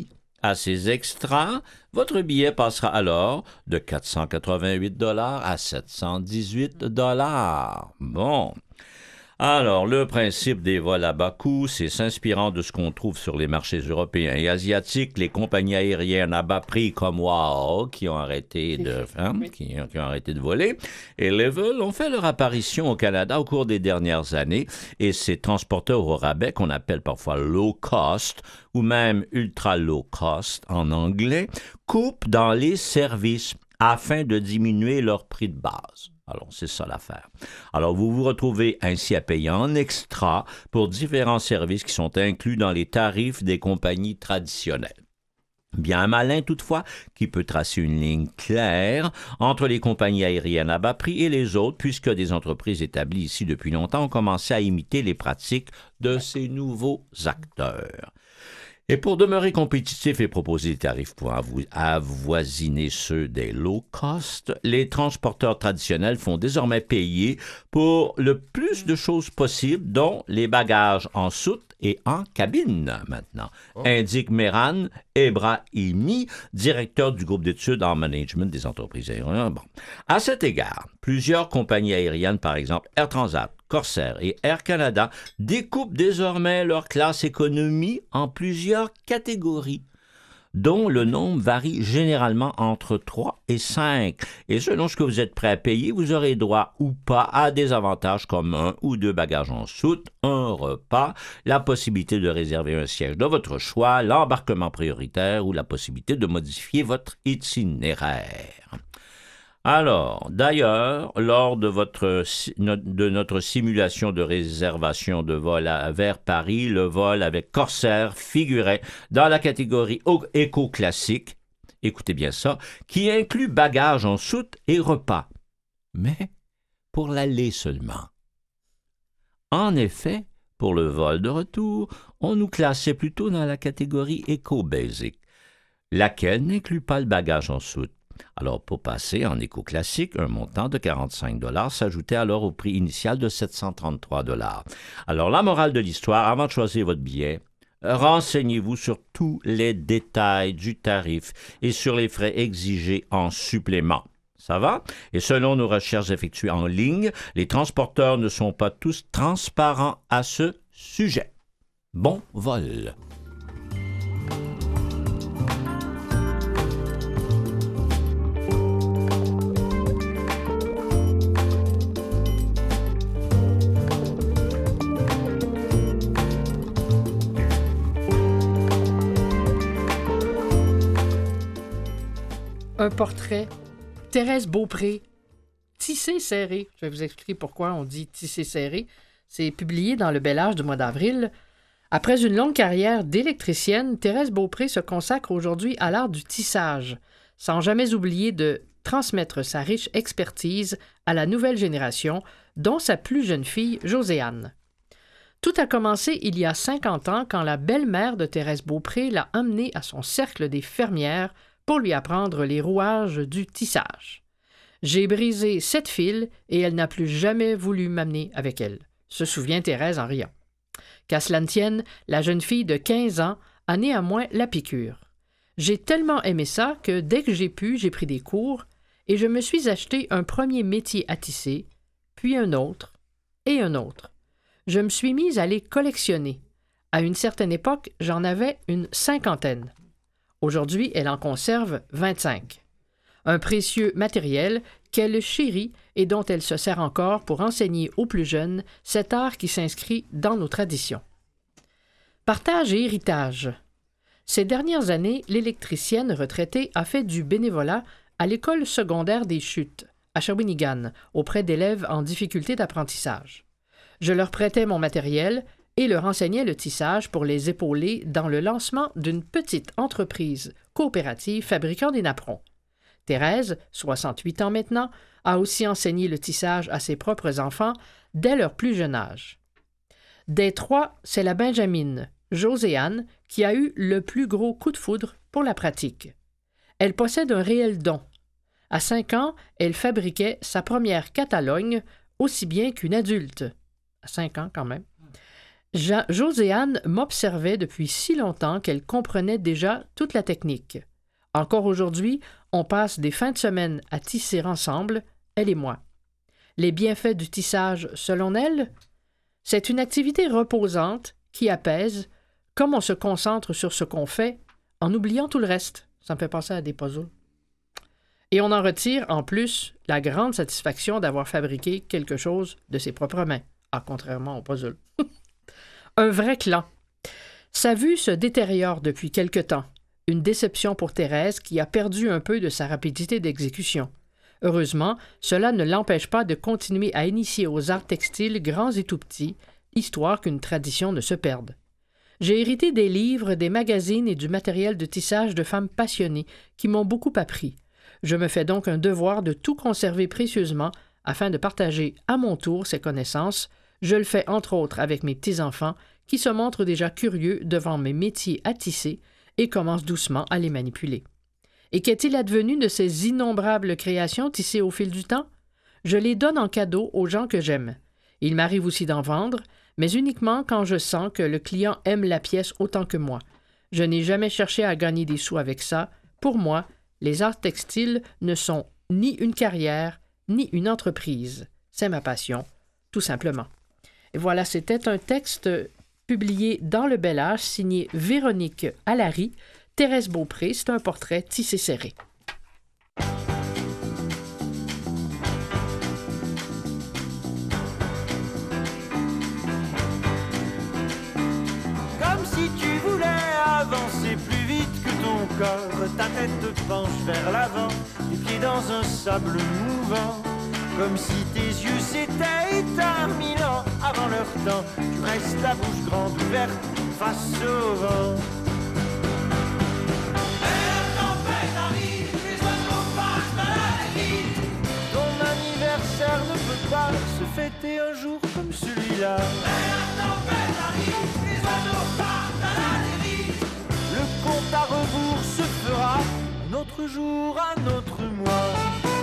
à ces extras, votre billet passera alors de quatre cent quatre-vingt-huit dollars à sept cent dix-huit dollars. Bon. Alors, le principe des vols à bas coût, c'est s'inspirant de ce qu'on trouve sur les marchés européens et asiatiques, les compagnies aériennes à bas prix comme WOW, qui ont arrêté de, hein, qui, qui ont arrêté de voler, et Level ont fait leur apparition au Canada au cours des dernières années, et ces transporteurs au rabais, qu'on appelle parfois low cost, ou même ultra low cost en anglais, coupent dans les services afin de diminuer leur prix de base. Alors, c'est ça l'affaire. Alors, vous vous retrouvez ainsi à payer en extra pour différents services qui sont inclus dans les tarifs des compagnies traditionnelles. Bien malin, toutefois, qui peut tracer une ligne claire entre les compagnies aériennes à bas prix et les autres, puisque des entreprises établies ici depuis longtemps ont commencé à imiter les pratiques de ces nouveaux acteurs. Et pour demeurer compétitif et proposer des tarifs pour avoisiner ceux des low cost, les transporteurs traditionnels font désormais payer pour le plus de choses possibles, dont les bagages en soute et en cabine maintenant, oh. indique Mehran Ebrahimi, directeur du groupe d'études en management des entreprises aériennes. Bon. À cet égard, plusieurs compagnies aériennes, par exemple Air Transat, Corsair et Air Canada, découpent désormais leur classe économie en plusieurs catégories, dont le nombre varie généralement entre trois et cinq. Et selon ce que vous êtes prêt à payer, vous aurez droit ou pas à des avantages comme un ou deux bagages en soute, un repas, la possibilité de réserver un siège de votre choix, l'embarquement prioritaire ou la possibilité de modifier votre itinéraire. Alors, d'ailleurs, lors de, votre, de notre simulation de réservation de vol à, vers Paris, le vol avec Corsair figurait dans la catégorie éco-classique, écoutez bien ça, qui inclut bagages en soute et repas, mais pour l'aller seulement. En effet, pour le vol de retour, on nous classait plutôt dans la catégorie éco-basic, laquelle n'inclut pas le bagage en soute. Alors, pour passer en éco-classique, un montant de quarante-cinq dollars s'ajoutait alors au prix initial de sept cent trente-trois dollars. Alors, la morale de l'histoire, avant de choisir votre billet, renseignez-vous sur tous les détails du tarif et sur les frais exigés en supplément. Ça va? Et selon nos recherches effectuées en ligne, les transporteurs ne sont pas tous transparents à ce sujet. Bon vol! Un portrait. Thérèse Beaupré. Tissé serré. Je vais vous expliquer pourquoi on dit tissé serré. C'est publié dans Le Bel Âge du mois d'avril. Après une longue carrière d'électricienne, Thérèse Beaupré se consacre aujourd'hui à l'art du tissage, sans jamais oublier de transmettre sa riche expertise à la nouvelle génération, dont sa plus jeune fille, Joséanne. Tout a commencé il y a cinquante ans quand la belle-mère de Thérèse Beaupré l'a emmenée à son cercle des fermières pour lui apprendre les rouages du tissage. J'ai brisé sept fils et elle n'a plus jamais voulu m'amener avec elle, se souvient Thérèse en riant. Qu'à cela ne tienne, la jeune fille de quinze ans a néanmoins la piqûre. J'ai tellement aimé ça que dès que j'ai pu, j'ai pris des cours et je me suis acheté un premier métier à tisser, puis un autre et un autre. Je me suis mise à les collectionner. À une certaine époque, j'en avais une cinquantaine. Aujourd'hui, elle en conserve vingt-cinq. Un précieux matériel qu'elle chérit et dont elle se sert encore pour enseigner aux plus jeunes cet art qui s'inscrit dans nos traditions. Partage et héritage. Ces dernières années, l'électricienne retraitée a fait du bénévolat à l'école secondaire des Chutes, à Shawinigan, auprès d'élèves en difficulté d'apprentissage. Je leur prêtais mon matériel et leur enseignait le tissage pour les épauler dans le lancement d'une petite entreprise coopérative fabriquant des napperons. Thérèse, soixante-huit ans maintenant, a aussi enseigné le tissage à ses propres enfants dès leur plus jeune âge. Des trois, c'est la Benjamine, Joséanne, qui a eu le plus gros coup de foudre pour la pratique. Elle possède un réel don. À cinq ans, elle fabriquait sa première catalogne aussi bien qu'une adulte. À cinq ans quand même. Jean- Joséanne m'observait depuis si longtemps qu'elle comprenait déjà toute la technique. Encore aujourd'hui, on passe des fins de semaine à tisser ensemble, elle et moi. Les bienfaits du tissage, selon elle, c'est une activité reposante qui apaise, comme on se concentre sur ce qu'on fait en oubliant tout le reste. Ça me fait penser à des puzzles. Et on en retire, en plus, la grande satisfaction d'avoir fabriqué quelque chose de ses propres mains. Ah, contrairement au puzzle. Un vrai clan. Sa vue se détériore depuis quelque temps. Une déception pour Thérèse qui a perdu un peu de sa rapidité d'exécution. Heureusement, cela ne l'empêche pas de continuer à initier aux arts textiles grands et tout petits, histoire qu'une tradition ne se perde. J'ai hérité des livres, des magazines et du matériel de tissage de femmes passionnées qui m'ont beaucoup appris. Je me fais donc un devoir de tout conserver précieusement afin de partager à mon tour ces connaissances. Je le fais entre autres avec mes petits-enfants qui se montrent déjà curieux devant mes métiers à tisser et commencent doucement à les manipuler. Et qu'est-il advenu de ces innombrables créations tissées au fil du temps? Je les donne en cadeau aux gens que j'aime. Il m'arrive aussi d'en vendre, mais uniquement quand je sens que le client aime la pièce autant que moi. Je n'ai jamais cherché à gagner des sous avec ça. Pour moi, les arts textiles ne sont ni une carrière, ni une entreprise. C'est ma passion, tout simplement. Et voilà, c'était un texte publié dans Le Bel Âge, signé Véronique Allary. Thérèse Beaupré, c'est un portrait tissé serré. Comme si tu voulais avancer plus vite que ton corps, ta tête te penche vers l'avant, les pieds dans un sable mouvant. Comme si tes yeux s'étaient éteints mille ans avant leur temps. Tu restes la bouche grande ouverte face au vent. Mais la tempête arrive, les oiseaux passent dans la nuit. Ton anniversaire ne peut pas se fêter un jour comme celui-là. Mais la tempête arrive, les oiseaux passent dans la nuit. Le compte à rebours se fera un autre jour, un autre mois.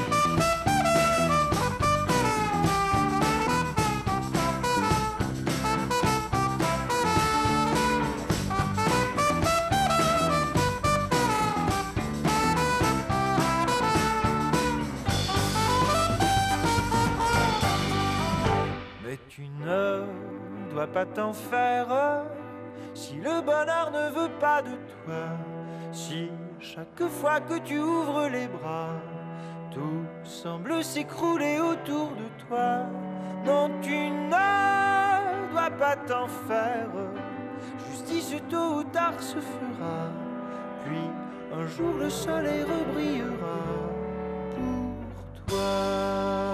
Tu ne dois pas t'en faire si le bonheur ne veut pas de toi. Si chaque fois que tu ouvres les bras, tout semble s'écrouler autour de toi. Non, tu ne dois pas t'en faire. Justice tôt ou tard se fera. Puis un jour le soleil rebrillera pour toi.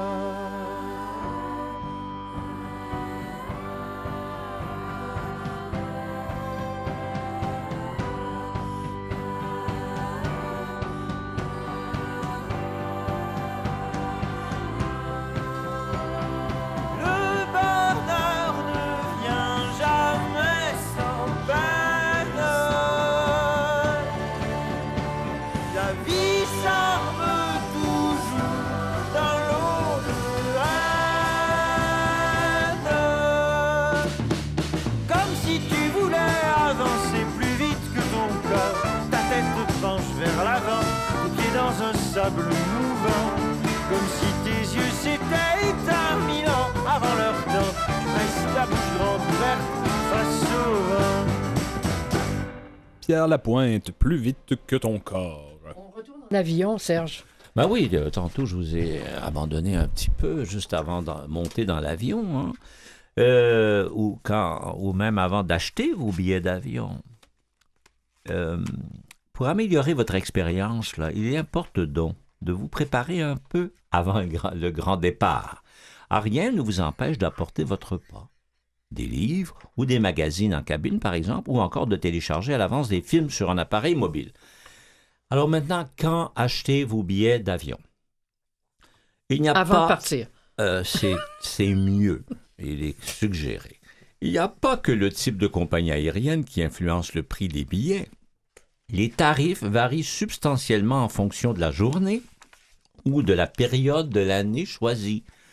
Sable mouvant, comme si tes yeux s'étaient éteints mille ans avant leur temps. Tu restes la bouche grande ouverte face au vent. Pierre Lapointe, plus vite que ton corps. On retourne en avion, Serge. Ben oui, euh, tantôt je vous ai abandonné un petit peu juste avant de monter dans l'avion, hein. euh, ou, quand, ou même avant d'acheter vos billets d'avion. Euh, Pour améliorer votre expérience, là, il importe donc de vous préparer un peu avant le grand, le grand départ. Ah, rien ne vous empêche d'apporter votre repas, des livres ou des magazines en cabine, par exemple, ou encore de télécharger à l'avance des films sur un appareil mobile. Alors maintenant, quand acheter vos billets d'avion? Il n'y a avant pas, de partir. Euh, c'est, c'est mieux, il est suggéré. Il n'y a pas que le type de compagnie aérienne qui influence le prix des billets. Les tarifs varient substantiellement en fonction de la journée ou de la période de l'année choisie.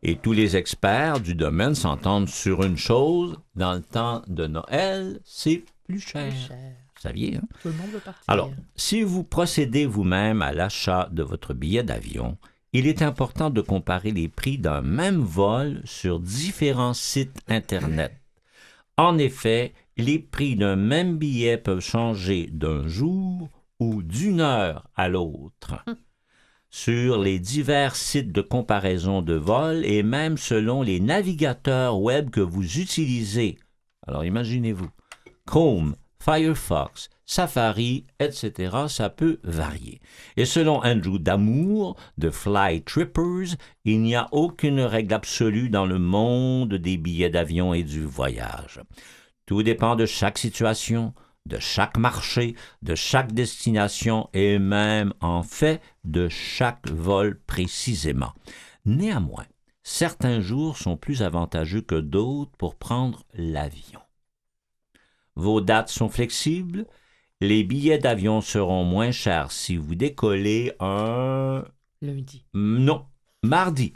Et tous les experts du domaine s'entendent sur une chose, dans le temps de Noël, c'est plus cher. Plus cher. Vous saviez, hein? Tout le monde veut partir. Alors, si vous procédez vous-même à l'achat de votre billet d'avion, il est important de comparer les prix d'un même vol sur différents sites Internet. En effet, les prix d'un même billet peuvent changer d'un jour ou d'une heure à l'autre. Hum. Sur les divers sites de comparaison de vol et même selon les navigateurs web que vous utilisez. Alors imaginez-vous, Chrome, Firefox, Safari, et cetera, ça peut varier. Et selon Andrew Damour de Flytrippers, il n'y a aucune règle absolue dans le monde des billets d'avion et du voyage. Tout dépend de chaque situation, de chaque marché, de chaque destination et même, en fait, de chaque vol précisément. Néanmoins, certains jours sont plus avantageux que d'autres pour prendre l'avion. Vos dates sont flexibles. Les billets d'avion seront moins chers si vous décollez un... Lundi. Non, mardi.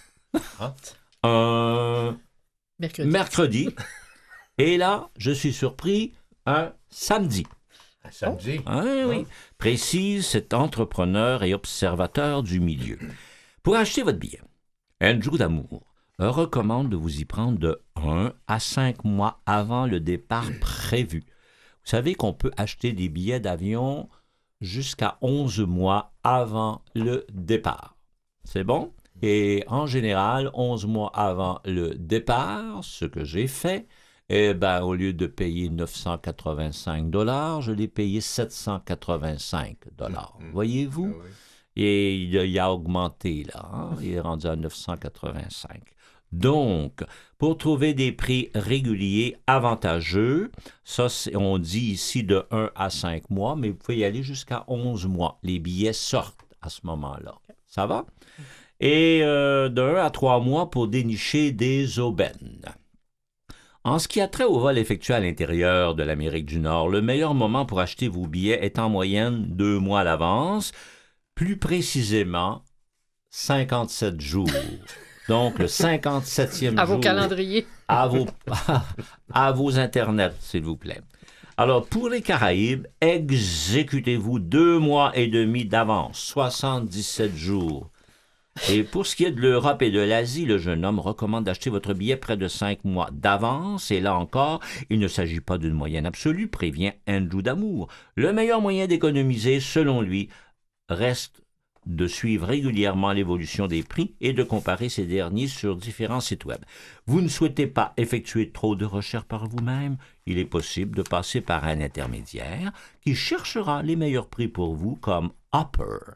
un... Mercredi. Mercredi. Et là, je suis surpris, un samedi. Un samedi? Ah, oui, précise cet entrepreneur et observateur du milieu. Pour acheter votre billet, Andrew Damour recommande de vous y prendre de un à cinq mois avant le départ prévu. Vous savez qu'on peut acheter des billets d'avion jusqu'à onze mois avant le départ. C'est bon? Et en général, onze mois avant le départ, ce que j'ai fait, eh ben, au lieu de payer neuf cent quatre-vingt-cinq dollars, je l'ai payé sept cent quatre-vingt-cinq dollars. Mmh. Voyez-vous? Ah oui. Et il a, il a augmenté, là. Hein? Il est rendu à neuf cent quatre-vingt-cinq. Donc, pour trouver des prix réguliers avantageux, ça, c'est, on dit ici de un à cinq mois, mais vous pouvez y aller jusqu'à onze mois. Les billets sortent à ce moment-là. Ça va? Et euh, de un à trois mois pour dénicher des aubaines. En ce qui a trait au vol effectué à l'intérieur de l'Amérique du Nord, le meilleur moment pour acheter vos billets est en moyenne deux mois à l'avance, plus précisément cinquante-sept jours. Donc, le cinquante-septième à jour... vos calendriers. À vos, à vos internets, s'il vous plaît. Alors, pour les Caraïbes, exécutez-vous deux mois et demi d'avance, soixante-dix-sept jours. Et pour ce qui est de l'Europe et de l'Asie, le jeune homme recommande d'acheter votre billet près de cinq mois d'avance. Et là encore, il ne s'agit pas d'une moyenne absolue, prévient Andrew Damour. Le meilleur moyen d'économiser, selon lui, reste de suivre régulièrement l'évolution des prix et de comparer ces derniers sur différents sites web. Vous ne souhaitez pas effectuer trop de recherches par vous-même? Il est possible de passer par un intermédiaire qui cherchera les meilleurs prix pour vous, comme Hopper,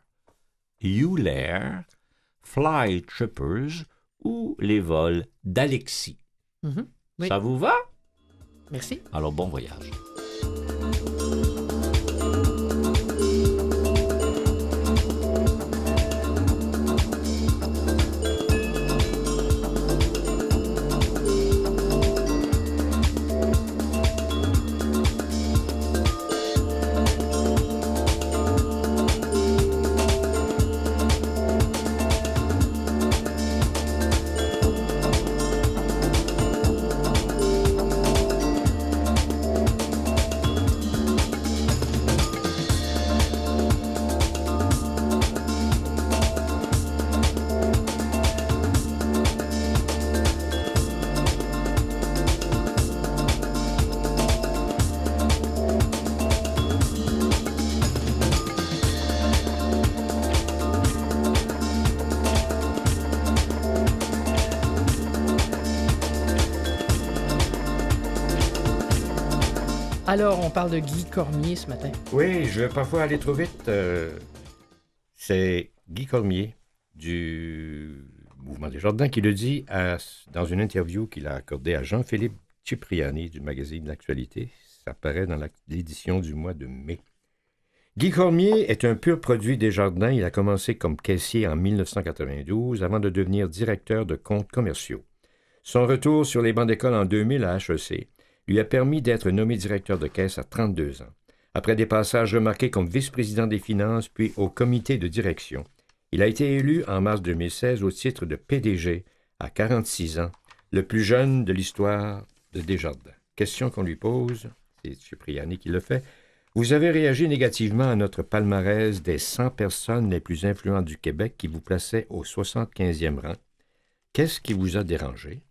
Ulair, Flytrippers ou les vols d'Alexis. Mm-hmm. Oui. Ça vous va? Merci. Alors, bon voyage. Alors, on parle de Guy Cormier ce matin. Oui, je vais parfois aller trop vite. Euh, c'est Guy Cormier du Mouvement des Jardins qui le dit à, dans une interview qu'il a accordée à Jean-Philippe Cipriani du magazine L'Actualité. Ça paraît dans la, l'édition du mois de mai. Guy Cormier est un pur produit des Jardins. Il a commencé comme caissier en dix-neuf cent quatre-vingt-douze avant de devenir directeur de comptes commerciaux. Son retour sur les bancs d'école en deux mille à H E C lui a permis d'être nommé directeur de caisse à trente-deux ans. Après des passages remarqués comme vice-président des finances puis au comité de direction, il a été élu en mars deux mille seize au titre de P D G à quarante-six ans, le plus jeune de l'histoire de Desjardins. Question qu'on lui pose, c'est Cipriani qui le fait. Vous avez réagi négativement à notre palmarès des cent personnes les plus influentes du Québec qui vous plaçait au soixante-quinzième rang. Qu'est-ce qui vous a dérangé?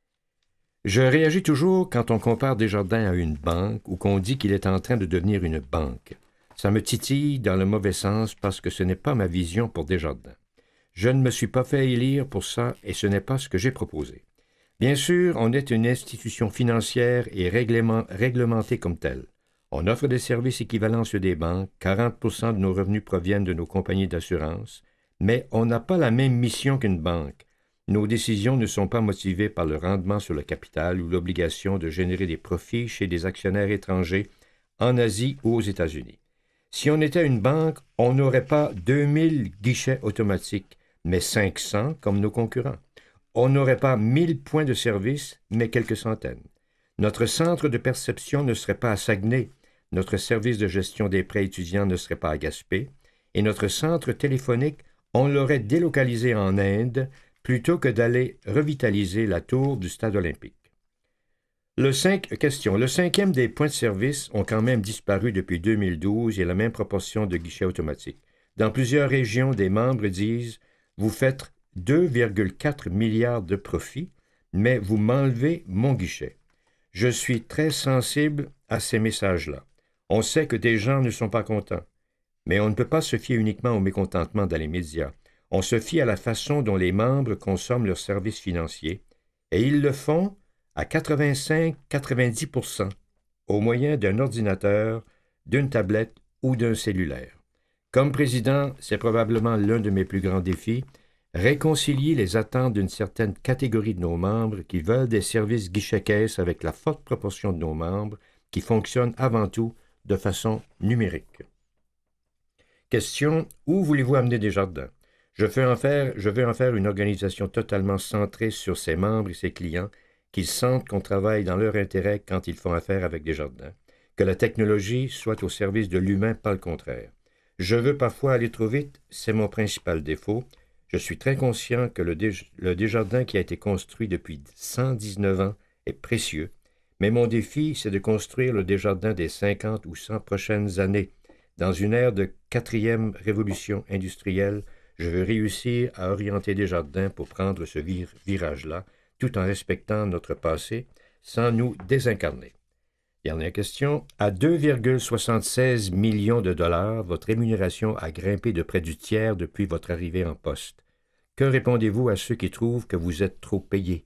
Je réagis toujours quand on compare Desjardins à une banque ou qu'on dit qu'il est en train de devenir une banque. Ça me titille dans le mauvais sens parce que ce n'est pas ma vision pour Desjardins. Je ne me suis pas fait élire pour ça et ce n'est pas ce que j'ai proposé. Bien sûr, on est une institution financière et règlement, réglementée comme telle. On offre des services équivalents à ceux des banques, quarante pour cent de nos revenus proviennent de nos compagnies d'assurance, mais on n'a pas la même mission qu'une banque. Nos décisions ne sont pas motivées par le rendement sur le capital ou l'obligation de générer des profits chez des actionnaires étrangers en Asie ou aux États-Unis. Si on était une banque, on n'aurait pas deux mille guichets automatiques, mais cinq cents comme nos concurrents. On n'aurait pas mille points de service, mais quelques centaines. Notre centre de perception ne serait pas à Saguenay, notre service de gestion des prêts étudiants ne serait pas à Gaspé, et notre centre téléphonique, on l'aurait délocalisé en Inde plutôt que d'aller revitaliser la tour du stade olympique. Le cinq, question. Le cinquième des points de service ont quand même disparu depuis deux mille douze et la même proportion de guichets automatiques. Dans plusieurs régions, des membres disent « Vous faites deux virgule quatre milliards de profits, mais vous m'enlevez mon guichet. » Je suis très sensible à ces messages-là. On sait que des gens ne sont pas contents, mais on ne peut pas se fier uniquement au mécontentement dans les médias. On se fie à la façon dont les membres consomment leurs services financiers, et ils le font à quatre-vingt-cinq à quatre-vingt-dix pour cent au moyen d'un ordinateur, d'une tablette ou d'un cellulaire. Comme président, c'est probablement l'un de mes plus grands défis, réconcilier les attentes d'une certaine catégorie de nos membres qui veulent des services guichet-caisse avec la forte proportion de nos membres qui fonctionnent avant tout de façon numérique. Question, où voulez-vous amener Desjardins? Je veux en faire, je veux en faire une organisation totalement centrée sur ses membres et ses clients, qu'ils sentent qu'on travaille dans leur intérêt quand ils font affaire avec Desjardins, que la technologie soit au service de l'humain, pas le contraire. Je veux parfois aller trop vite, c'est mon principal défaut. Je suis très conscient que le, Dé- le Desjardins qui a été construit depuis cent dix-neuf ans est précieux, mais mon défi, c'est de construire le Desjardins des cinquante ou cent prochaines années. Dans une ère de quatrième révolution industrielle, je veux réussir à orienter Desjardins pour prendre ce vir- virage-là, tout en respectant notre passé, sans nous désincarner. Dernière question. À deux virgule soixante-seize millions de dollars, votre rémunération a grimpé de près du tiers depuis votre arrivée en poste. Que répondez-vous à ceux qui trouvent que vous êtes trop payé?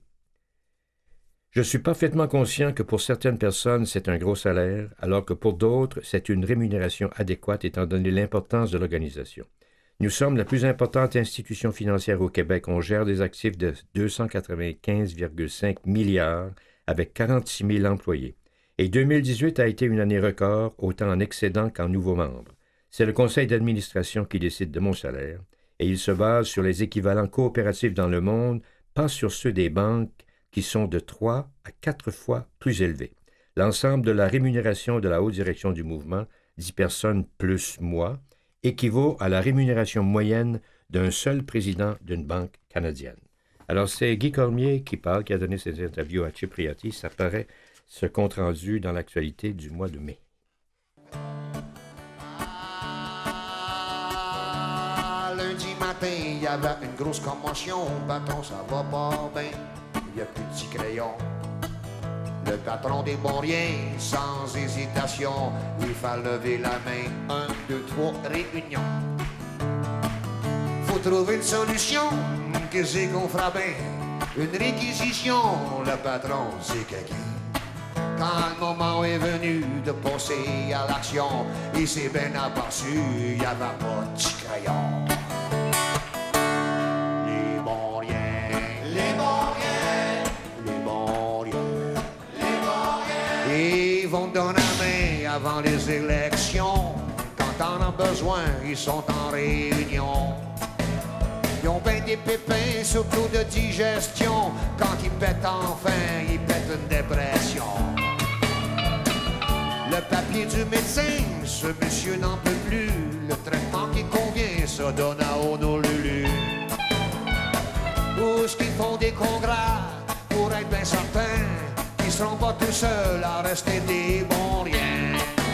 Je suis parfaitement conscient que pour certaines personnes, c'est un gros salaire, alors que pour d'autres, c'est une rémunération adéquate étant donné l'importance de l'organisation. Nous sommes la plus importante institution financière au Québec. On gère des actifs de deux cent quatre-vingt-quinze virgule cinq milliards avec quarante-six mille employés. Et deux mille dix-huit a été une année record, autant en excédent qu'en nouveaux membres. C'est le conseil d'administration qui décide de mon salaire, et il se base sur les équivalents coopératifs dans le monde, pas sur ceux des banques, qui sont de trois à quatre fois plus élevés. L'ensemble de la rémunération de la haute direction du mouvement, dix personnes plus moi, équivaut à la rémunération moyenne d'un seul président d'une banque canadienne. Alors, c'est Guy Cormier qui parle, qui a donné cette interview à Cipriani. Ça paraît ce compte-rendu dans l'actualité du mois de mai. Ah, lundi matin, il y avait une grosse commotion. Patron, ça va pas bien. Il n'y a plus de petits crayons. Le patron des bons riens, sans hésitation, il fait lever la main. Un, deux, trois, réunion. Faut trouver une solution. Qu'est-ce qu'on fera bien? Une réquisition. Le patron, c'est quelqu'un. Quand le moment est venu de passer à l'action, il s'est bien aperçu, il n'y avait pas de petit crayon. Les bons riens, les bons riens, les bons riens, les bons riens. Ils vont donner la main avant les élections. Quand on a besoin, ils sont en réunion. Ils ont bien des pépins, surtout de digestion. Quand ils pètent enfin, ils pètent une dépression. Le papier du médecin, ce monsieur n'en peut plus. Le traitement qui convient se donne à Honolulu. Où est-ce qu'ils font des des congrès pour être bien certains qu'ils seront pas tout seuls à rester des bons riens.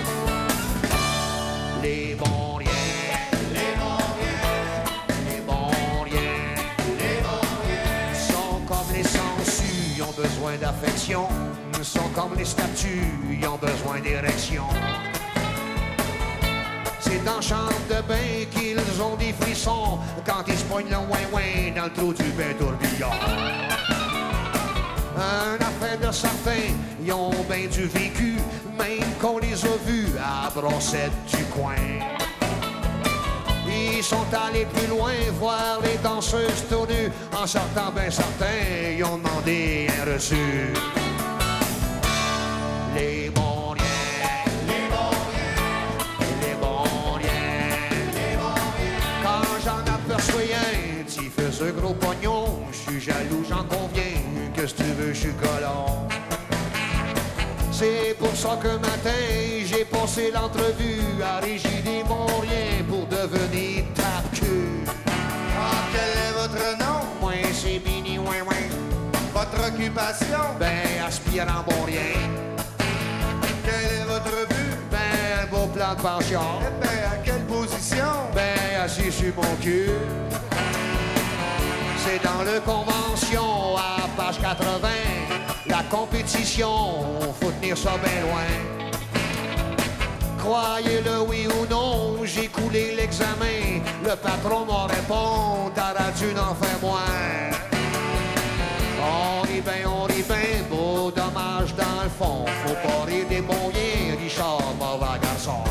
Les bons riens. Les bons riens. Les bons riens. Les bons riens. Sont comme les sangsues, ils ont besoin d'affection. Sont comme les statues, ils ont besoin d'érection. C'est dans chambre de bain qu'ils ont des frissons quand ils se poignent le ouin-ouin dans le trou du bain tourbillon. Un affaire de certains, ils ont bien du vécu, même qu'on les a vus à Brossette du coin. Ils sont allés plus loin voir les danseuses tout nues. En sortant bien certains, ils ont demandé un reçu. Les bons riens, les bons riens, les bons riens, les bons riens. Quand j'en aperçois un, t'y fais un gros pognon, je suis jaloux, j'en conviens, que si tu veux, je suis colon. C'est pour ça que matin, j'ai passé l'entrevue à Régie des Montriens pour devenir tape-cul. Ah, quel est votre nom? Moi, c'est Bini Ouin Ouin. Votre occupation? Ben, aspirant bon rien. Quel est votre but? Ben, un beau plan de pension. Eh ben, à quelle position? Ben, assis sur mon cul. C'est dans le Convention, à page quatre-vingts. La compétition, faut tenir ça bien loin. Croyez-le, oui ou non, j'ai coulé l'examen. Le patron m'a répondu, t'aurais dû n'en faire moins. On rit bien, on rit bien, beau dommage dans le fond. Faut pas rire des bons riens, Richard, mauvais garçon.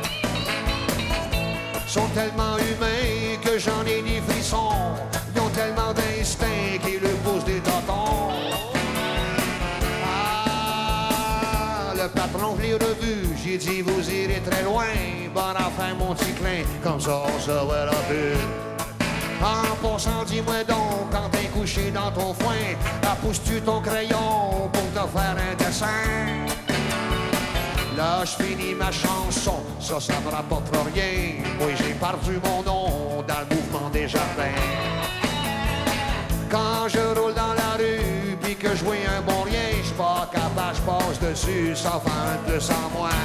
Sont tellement humains que j'en ai des frissons. Ils ont tellement d'instinct qu'ils le poussent des totons. Ah, le patron je l'ai revu, j'ai dit vous irez très loin. Bon enfin mon petit clin, comme ça on se verra plus. En passant, dis-moi donc, quand t'es couché dans ton foin, pousse-tu ton crayon pour te faire un dessin? Là, je finis ma chanson, ça, ça me rapportera rien. Moi, j'ai perdu mon nom dans le mouvement des jardins. Quand je roule dans la rue, puis que je vois un bon rien, je suis pas capable, je passe dessus, sans faire un plus en moins.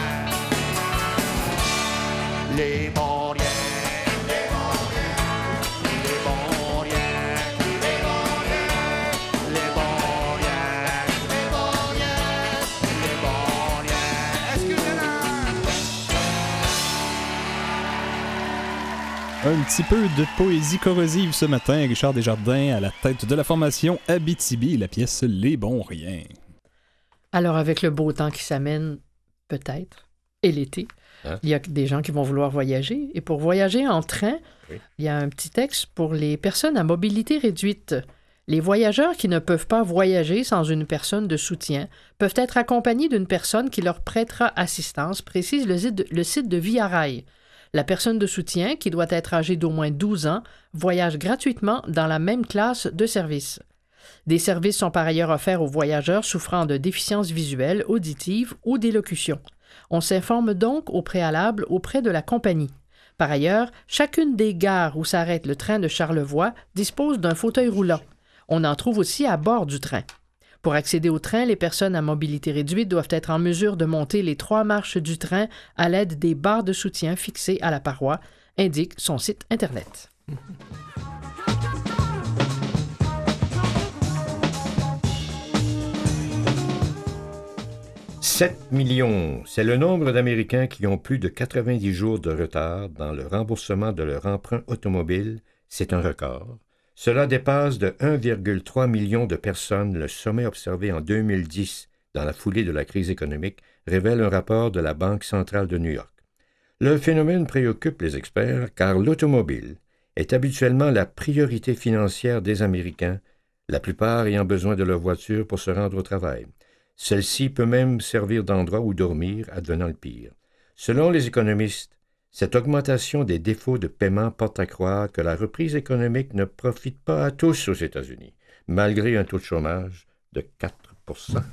Les bons riens. Un petit peu de poésie corrosive ce matin, Richard Desjardins à la tête de la formation Abitibi, la pièce Les Bons Riens. Alors, avec le beau temps qui s'amène, peut-être, et l'été, hein? Il y a des gens qui vont vouloir voyager. Et pour voyager en train, oui. Il y a un petit texte pour les personnes à mobilité réduite. Les voyageurs qui ne peuvent pas voyager sans une personne de soutien peuvent être accompagnés d'une personne qui leur prêtera assistance, précise le site de, le site de Via Rail. La personne de soutien, qui doit être âgée d'au moins douze ans, voyage gratuitement dans la même classe de service. Des services sont par ailleurs offerts aux voyageurs souffrant de déficiences visuelles, auditives ou d'élocution. On s'informe donc au préalable auprès de la compagnie. Par ailleurs, chacune des gares où s'arrête le train de Charlevoix dispose d'un fauteuil roulant. On en trouve aussi à bord du train. Pour accéder au train, les personnes à mobilité réduite doivent être en mesure de monter les trois marches du train à l'aide des barres de soutien fixées à la paroi, indique son site Internet. sept millions, c'est le nombre d'Américains qui ont plus de quatre-vingt-dix jours de retard dans le remboursement de leur emprunt automobile. C'est un record. Cela dépasse de un virgule trois million de personnes le sommet observé en deux mille dix dans la foulée de la crise économique, révèle un rapport de la Banque centrale de New York. Le phénomène préoccupe les experts car l'automobile est habituellement la priorité financière des Américains, la plupart ayant besoin de leur voiture pour se rendre au travail. Celle-ci peut même servir d'endroit où dormir, advenant le pire. Selon les économistes, cette augmentation des défauts de paiement porte à croire que la reprise économique ne profite pas à tous aux États-Unis, malgré un taux de chômage de quatre pour cent.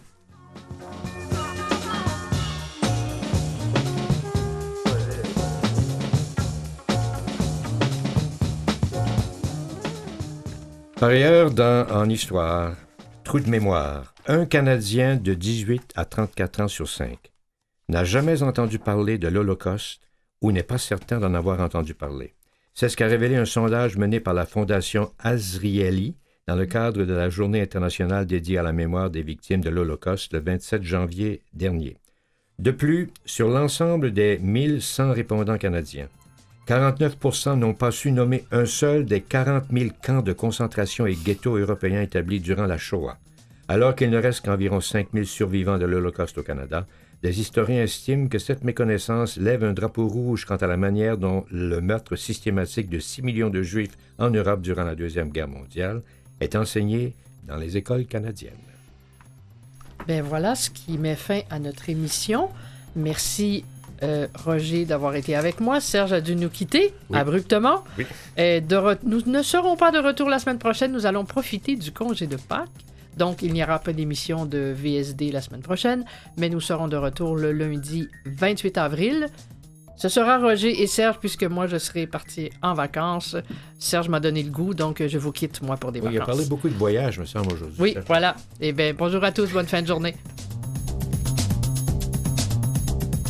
Par ailleurs, dans, en histoire, trou de mémoire, un Canadien de dix-huit à trente-quatre ans sur cinq n'a jamais entendu parler de l'Holocauste ou n'est pas certain d'en avoir entendu parler. C'est ce qu'a révélé un sondage mené par la Fondation Azrieli dans le cadre de la Journée internationale dédiée à la mémoire des victimes de l'Holocauste le vingt-sept janvier dernier. De plus, sur l'ensemble des mille cent répondants canadiens, quarante-neuf pour cent n'ont pas su nommer un seul des quarante mille camps de concentration et ghettos européens établis durant la Shoah. Alors qu'il ne reste qu'environ cinq mille survivants de l'Holocauste au Canada, des historiens estiment que cette méconnaissance lève un drapeau rouge quant à la manière dont le meurtre systématique de six millions de Juifs en Europe durant la Deuxième Guerre mondiale est enseigné dans les écoles canadiennes. Ben voilà ce qui met fin à notre émission. Merci euh, Roger d'avoir été avec moi. Serge a dû nous quitter Oui. abruptement. Oui. Et de re- nous ne serons pas de retour la semaine prochaine. Nous allons profiter du congé de Pâques. Donc, il n'y aura pas d'émission de V S D la semaine prochaine, mais nous serons de retour le lundi vingt-huit avril. Ce sera Roger et Serge, puisque moi, je serai parti en vacances. Serge m'a donné le goût, donc je vous quitte, moi, pour des Oui, il a vacances. parlé beaucoup de voyages, me semble, aujourd'hui. Oui, ça. voilà. Eh bien, bonjour à tous, bonne fin de journée.